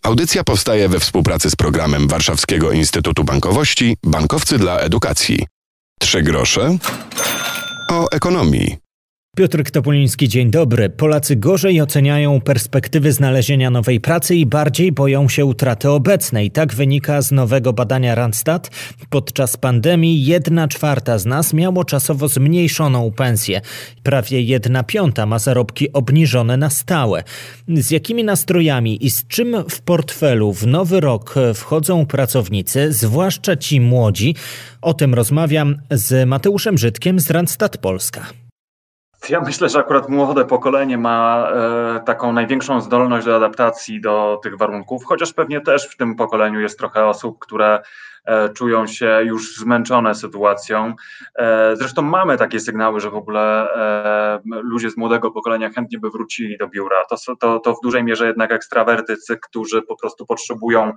Audycja powstaje we współpracy z programem Warszawskiego Instytutu Bankowości Bankowcy dla Edukacji. 3 grosze o ekonomii. Piotr Topuliński, dzień dobry. Polacy gorzej oceniają perspektywy znalezienia nowej pracy i bardziej boją się utraty obecnej. Tak wynika z nowego badania Randstad. Podczas pandemii 1/4 z nas miało czasowo zmniejszoną pensję. Prawie 1/5 ma zarobki obniżone na stałe. Z jakimi nastrojami i z czym w portfelu w nowy rok wchodzą pracownicy, zwłaszcza ci młodzi? O tym rozmawiam z Mateuszem Żydkiem z Randstad Polska. Ja myślę, że akurat młode pokolenie ma taką największą zdolność do adaptacji do tych warunków, chociaż pewnie też w tym pokoleniu jest trochę osób, które czują się już zmęczone sytuacją. Zresztą mamy takie sygnały, że w ogóle ludzie z młodego pokolenia chętnie by wrócili do biura. To w dużej mierze jednak ekstrawertycy, którzy po prostu potrzebują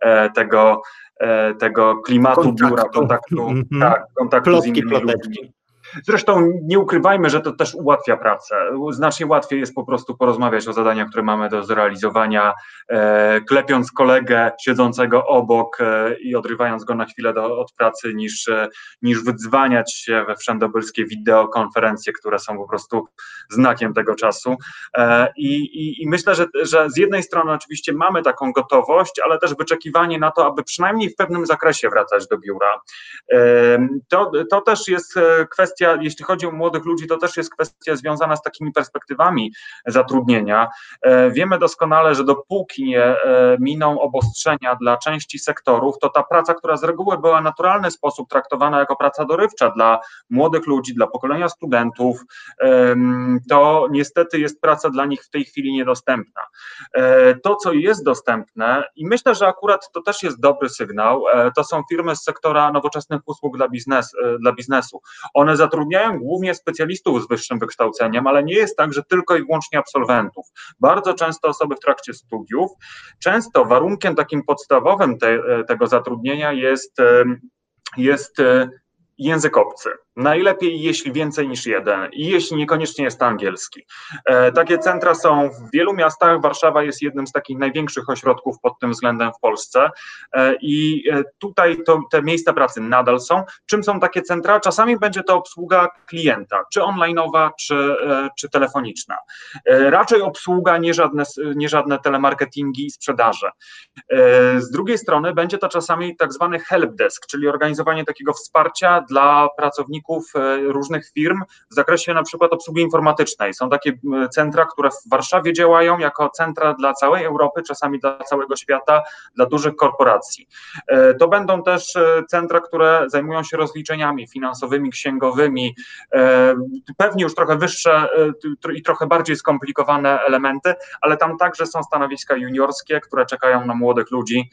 tego klimatu biura, kontaktu z innymi ludźmi. Zresztą nie ukrywajmy, że to też ułatwia pracę. Znacznie łatwiej jest po prostu porozmawiać o zadaniach, które mamy do zrealizowania, klepiąc kolegę siedzącego obok i odrywając go na chwilę od pracy, niż wydzwaniać się we wszędobylskie wideokonferencje, które są po prostu znakiem tego czasu. I myślę, że z jednej strony oczywiście mamy taką gotowość, ale też wyczekiwanie na to, aby przynajmniej w pewnym zakresie wracać do biura. To też jest kwestia, jeśli chodzi o młodych ludzi, to też jest kwestia związana z takimi perspektywami zatrudnienia. Wiemy doskonale, że dopóki nie miną obostrzenia dla części sektorów, to ta praca, która z reguły była w naturalny sposób traktowana jako praca dorywcza dla młodych ludzi, dla pokolenia studentów, to niestety jest praca dla nich w tej chwili niedostępna. To, co jest dostępne, i myślę, że akurat to też jest dobry sygnał, to są firmy z sektora nowoczesnych usług dla biznesu. One zatrudniają głównie specjalistów z wyższym wykształceniem, ale nie jest tak, że tylko i wyłącznie absolwentów. Bardzo często osoby w trakcie studiów. Często warunkiem takim podstawowym tego zatrudnienia jest język obcy. Najlepiej, jeśli więcej niż jeden i jeśli niekoniecznie jest to angielski. Takie centra są w wielu miastach. Warszawa jest jednym z takich największych ośrodków pod tym względem w Polsce i tutaj te miejsca pracy nadal są. Czym są takie centra? Czasami będzie to obsługa klienta, czy online'owa, czy telefoniczna. Raczej obsługa, nie żadne telemarketingi i sprzedaże. Z drugiej strony będzie to czasami tak zwany helpdesk, czyli organizowanie takiego wsparcia dla pracowników różnych firm w zakresie na przykład obsługi informatycznej. Są takie centra, które w Warszawie działają jako centra dla całej Europy, czasami dla całego świata, dla dużych korporacji. To będą też centra, które zajmują się rozliczeniami finansowymi, księgowymi, pewnie już trochę wyższe i trochę bardziej skomplikowane elementy, ale tam także są stanowiska juniorskie, które czekają na młodych ludzi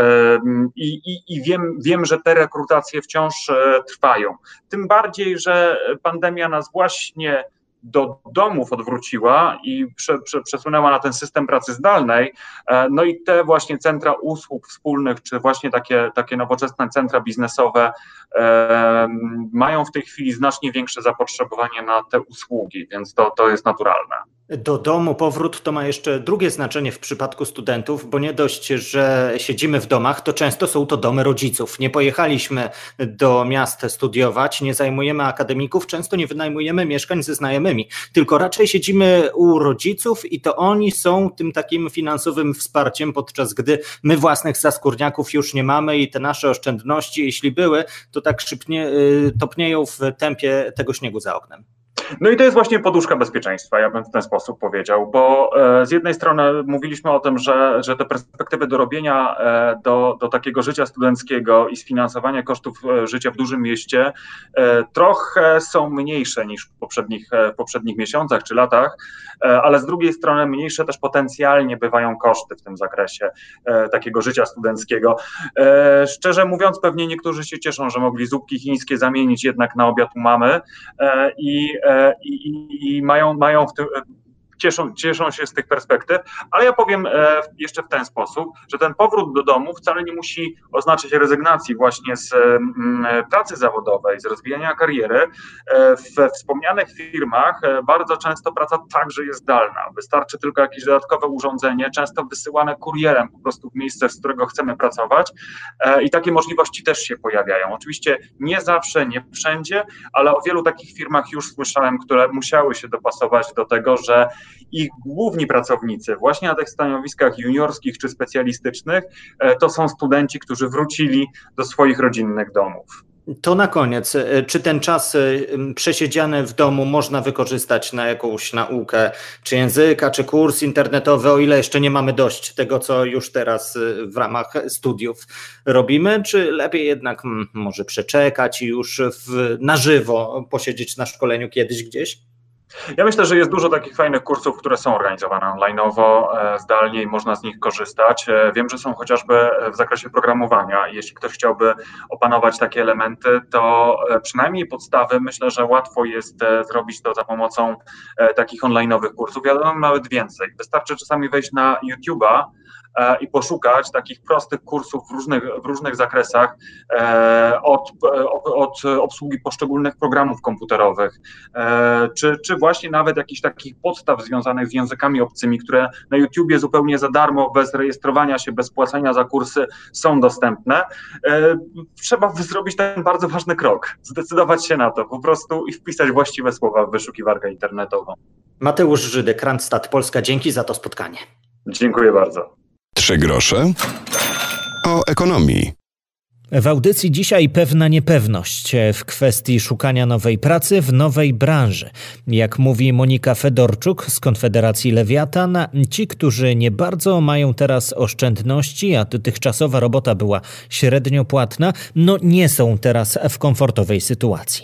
i wiem, że te rekrutacje wciąż trwają. Tym bardziej, że pandemia nas właśnie do domów odwróciła i przesunęła na ten system pracy zdalnej, no i te właśnie centra usług wspólnych, czy właśnie takie nowoczesne centra biznesowe mają w tej chwili znacznie większe zapotrzebowanie na te usługi, więc to jest naturalne. Do domu powrót to ma jeszcze drugie znaczenie w przypadku studentów, bo nie dość, że siedzimy w domach, to często są to domy rodziców. Nie pojechaliśmy do miast studiować, nie zajmujemy akademików, często nie wynajmujemy mieszkań ze znajomymi, tylko raczej siedzimy u rodziców i to oni są tym takim finansowym wsparciem, podczas gdy my własnych zaskórniaków już nie mamy i te nasze oszczędności, jeśli były, to tak szybko topnieją w tempie tego śniegu za oknem. No i to jest właśnie poduszka bezpieczeństwa, ja bym w ten sposób powiedział, bo z jednej strony mówiliśmy o tym, że te perspektywy dorobienia do takiego życia studenckiego i sfinansowania kosztów życia w dużym mieście trochę są mniejsze niż w poprzednich miesiącach czy latach, ale z drugiej strony mniejsze też potencjalnie bywają koszty w tym zakresie takiego życia studenckiego. Szczerze mówiąc, pewnie niektórzy się cieszą, że mogli zupki chińskie zamienić jednak na obiad u mamy i mają w tym cieszą się z tych perspektyw, ale ja powiem jeszcze w ten sposób, że ten powrót do domu wcale nie musi oznaczać rezygnacji właśnie z pracy zawodowej, z rozwijania kariery. We wspomnianych firmach bardzo często praca także jest zdalna. Wystarczy tylko jakieś dodatkowe urządzenie, często wysyłane kurierem po prostu w miejsce, z którego chcemy pracować i takie możliwości też się pojawiają. Oczywiście nie zawsze, nie wszędzie, ale o wielu takich firmach już słyszałem, które musiały się dopasować do tego, że ich główni pracownicy właśnie na tych stanowiskach juniorskich czy specjalistycznych to są studenci, którzy wrócili do swoich rodzinnych domów. To na koniec, czy ten czas przesiedziany w domu można wykorzystać na jakąś naukę, czy języka, czy kurs internetowy, o ile jeszcze nie mamy dość tego, co już teraz w ramach studiów robimy, czy lepiej jednak może przeczekać i już na żywo posiedzieć na szkoleniu kiedyś gdzieś? Ja myślę, że jest dużo takich fajnych kursów, które są organizowane online'owo, zdalnie i można z nich korzystać. Wiem, że są chociażby w zakresie programowania. Jeśli ktoś chciałby opanować takie elementy, to przynajmniej podstawy myślę, że łatwo jest zrobić to za pomocą takich online'owych kursów. Ja dam nawet więcej. Wystarczy czasami wejść na YouTube'a i poszukać takich prostych kursów w różnych zakresach od obsługi poszczególnych programów komputerowych, czy właśnie nawet jakichś takich podstaw związanych z językami obcymi, które na YouTubie zupełnie za darmo, bez rejestrowania się, bez płacenia za kursy są dostępne. Trzeba zrobić ten bardzo ważny krok, zdecydować się na to po prostu i wpisać właściwe słowa w wyszukiwarkę internetową. Mateusz Żydek, Randstad Polska, dzięki za to spotkanie. Dziękuję bardzo. 3 grosze o ekonomii. W audycji dzisiaj pewna niepewność w kwestii szukania nowej pracy w nowej branży. Jak mówi Monika Fedorczuk z Konfederacji Lewiatan, ci, którzy nie bardzo mają teraz oszczędności, a dotychczasowa robota była średnio płatna, nie są teraz w komfortowej sytuacji.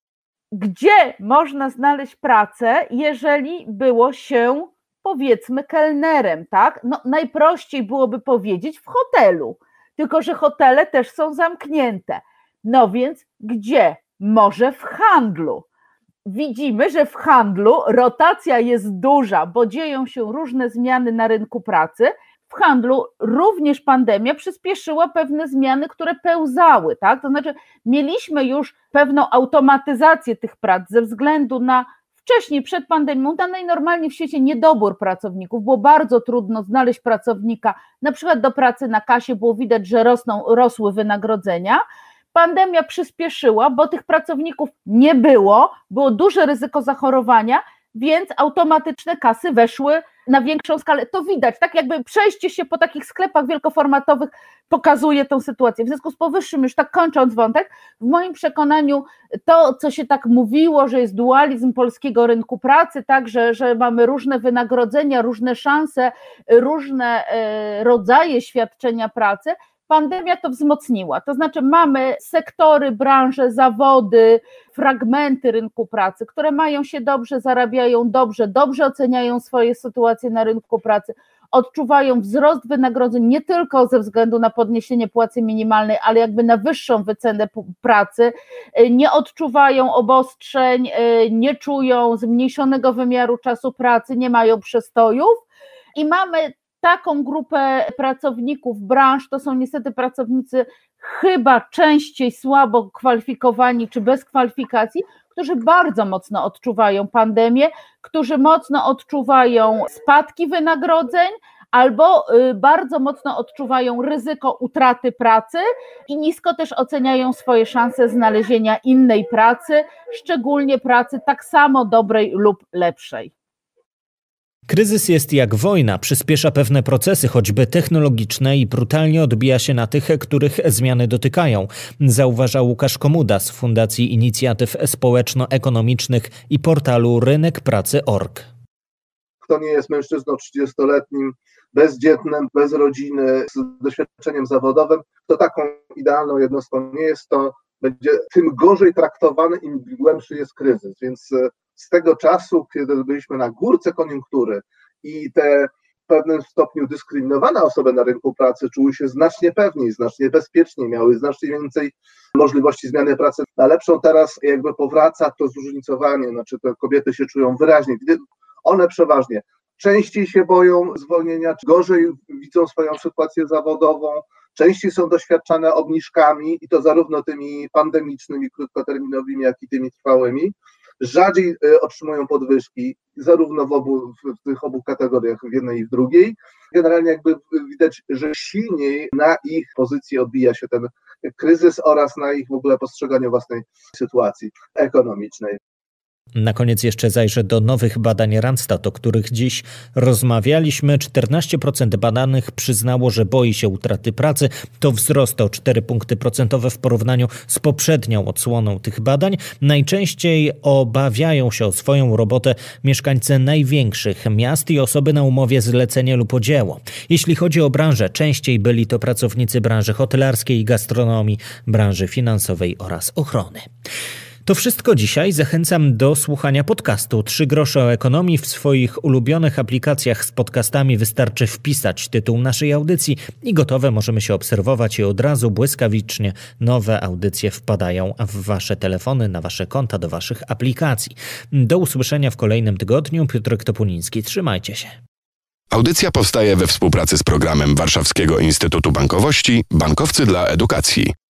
Gdzie można znaleźć pracę, jeżeli było się, powiedzmy, kelnerem, tak? Najprościej byłoby powiedzieć w hotelu, tylko że hotele też są zamknięte. Więc gdzie? Może w handlu. Widzimy, że w handlu rotacja jest duża, bo dzieją się różne zmiany na rynku pracy. W handlu również pandemia przyspieszyła pewne zmiany, które pełzały, tak? To znaczy mieliśmy już pewną automatyzację tych prac ze względu na wcześniej, przed pandemią, najnormalniej w świecie niedobór pracowników, było bardzo trudno znaleźć pracownika, na przykład do pracy na kasie było widać, że rosły wynagrodzenia. Pandemia przyspieszyła, bo tych pracowników nie było duże ryzyko zachorowania, więc automatyczne kasy weszły na większą skalę. To widać, tak jakby przejście się po takich sklepach wielkoformatowych pokazuje tą sytuację. W związku z powyższym, już tak kończąc wątek, w moim przekonaniu to, co się tak mówiło, że jest dualizm polskiego rynku pracy, tak, że mamy różne wynagrodzenia, różne szanse, różne rodzaje świadczenia pracy, pandemia to wzmocniła, to znaczy mamy sektory, branże, zawody, fragmenty rynku pracy, które mają się dobrze, zarabiają dobrze oceniają swoje sytuacje na rynku pracy, odczuwają wzrost wynagrodzeń nie tylko ze względu na podniesienie płacy minimalnej, ale jakby na wyższą wycenę pracy, nie odczuwają obostrzeń, nie czują zmniejszonego wymiaru czasu pracy, nie mają przestojów i mamy taką grupę pracowników branż, to są niestety pracownicy chyba częściej słabo kwalifikowani czy bez kwalifikacji, którzy bardzo mocno odczuwają pandemię, którzy mocno odczuwają spadki wynagrodzeń albo bardzo mocno odczuwają ryzyko utraty pracy i nisko też oceniają swoje szanse znalezienia innej pracy, szczególnie pracy tak samo dobrej lub lepszej. Kryzys jest jak wojna, przyspiesza pewne procesy, choćby technologiczne i brutalnie odbija się na tych, których zmiany dotykają, zauważa Łukasz Komuda z Fundacji Inicjatyw Społeczno-Ekonomicznych i portalu rynekpracy.org. Kto nie jest mężczyzną 30-letnim, bezdzietnym, bez rodziny, z doświadczeniem zawodowym, to taką idealną jednostką nie jest, to będzie tym gorzej traktowany, im głębszy jest kryzys, więc z tego czasu, kiedy byliśmy na górce koniunktury i te w pewnym stopniu dyskryminowane osoby na rynku pracy czuły się znacznie pewniej, znacznie bezpieczniej, miały znacznie więcej możliwości zmiany pracy na lepszą, teraz jakby powraca to zróżnicowanie, znaczy te kobiety się czują wyraźnie, one przeważnie częściej się boją zwolnienia, gorzej widzą swoją sytuację zawodową, częściej są doświadczane obniżkami i to zarówno tymi pandemicznymi, krótkoterminowymi, jak i tymi trwałymi. Rzadziej otrzymują podwyżki, zarówno w tych obu kategoriach, w jednej i w drugiej. Generalnie jakby widać, że silniej na ich pozycji odbija się ten kryzys oraz na ich w ogóle postrzeganiu własnej sytuacji ekonomicznej. Na koniec jeszcze zajrzę do nowych badań Randstad, o których dziś rozmawialiśmy. 14% badanych przyznało, że boi się utraty pracy. To wzrost o 4 punkty procentowe w porównaniu z poprzednią odsłoną tych badań. Najczęściej obawiają się o swoją robotę mieszkańcy największych miast i osoby na umowie zlecenie lub o dzieło. Jeśli chodzi o branżę, częściej byli to pracownicy branży hotelarskiej, gastronomii, branży finansowej oraz ochrony. To wszystko dzisiaj. Zachęcam do słuchania podcastu 3 grosze o ekonomii. W swoich ulubionych aplikacjach z podcastami wystarczy wpisać tytuł naszej audycji i gotowe, możemy się obserwować i od razu błyskawicznie nowe audycje wpadają w wasze telefony, na wasze konta, do waszych aplikacji. Do usłyszenia w kolejnym tygodniu. Piotrek Topuliński. Trzymajcie się. Audycja powstaje we współpracy z programem Warszawskiego Instytutu Bankowości Bankowcy dla Edukacji.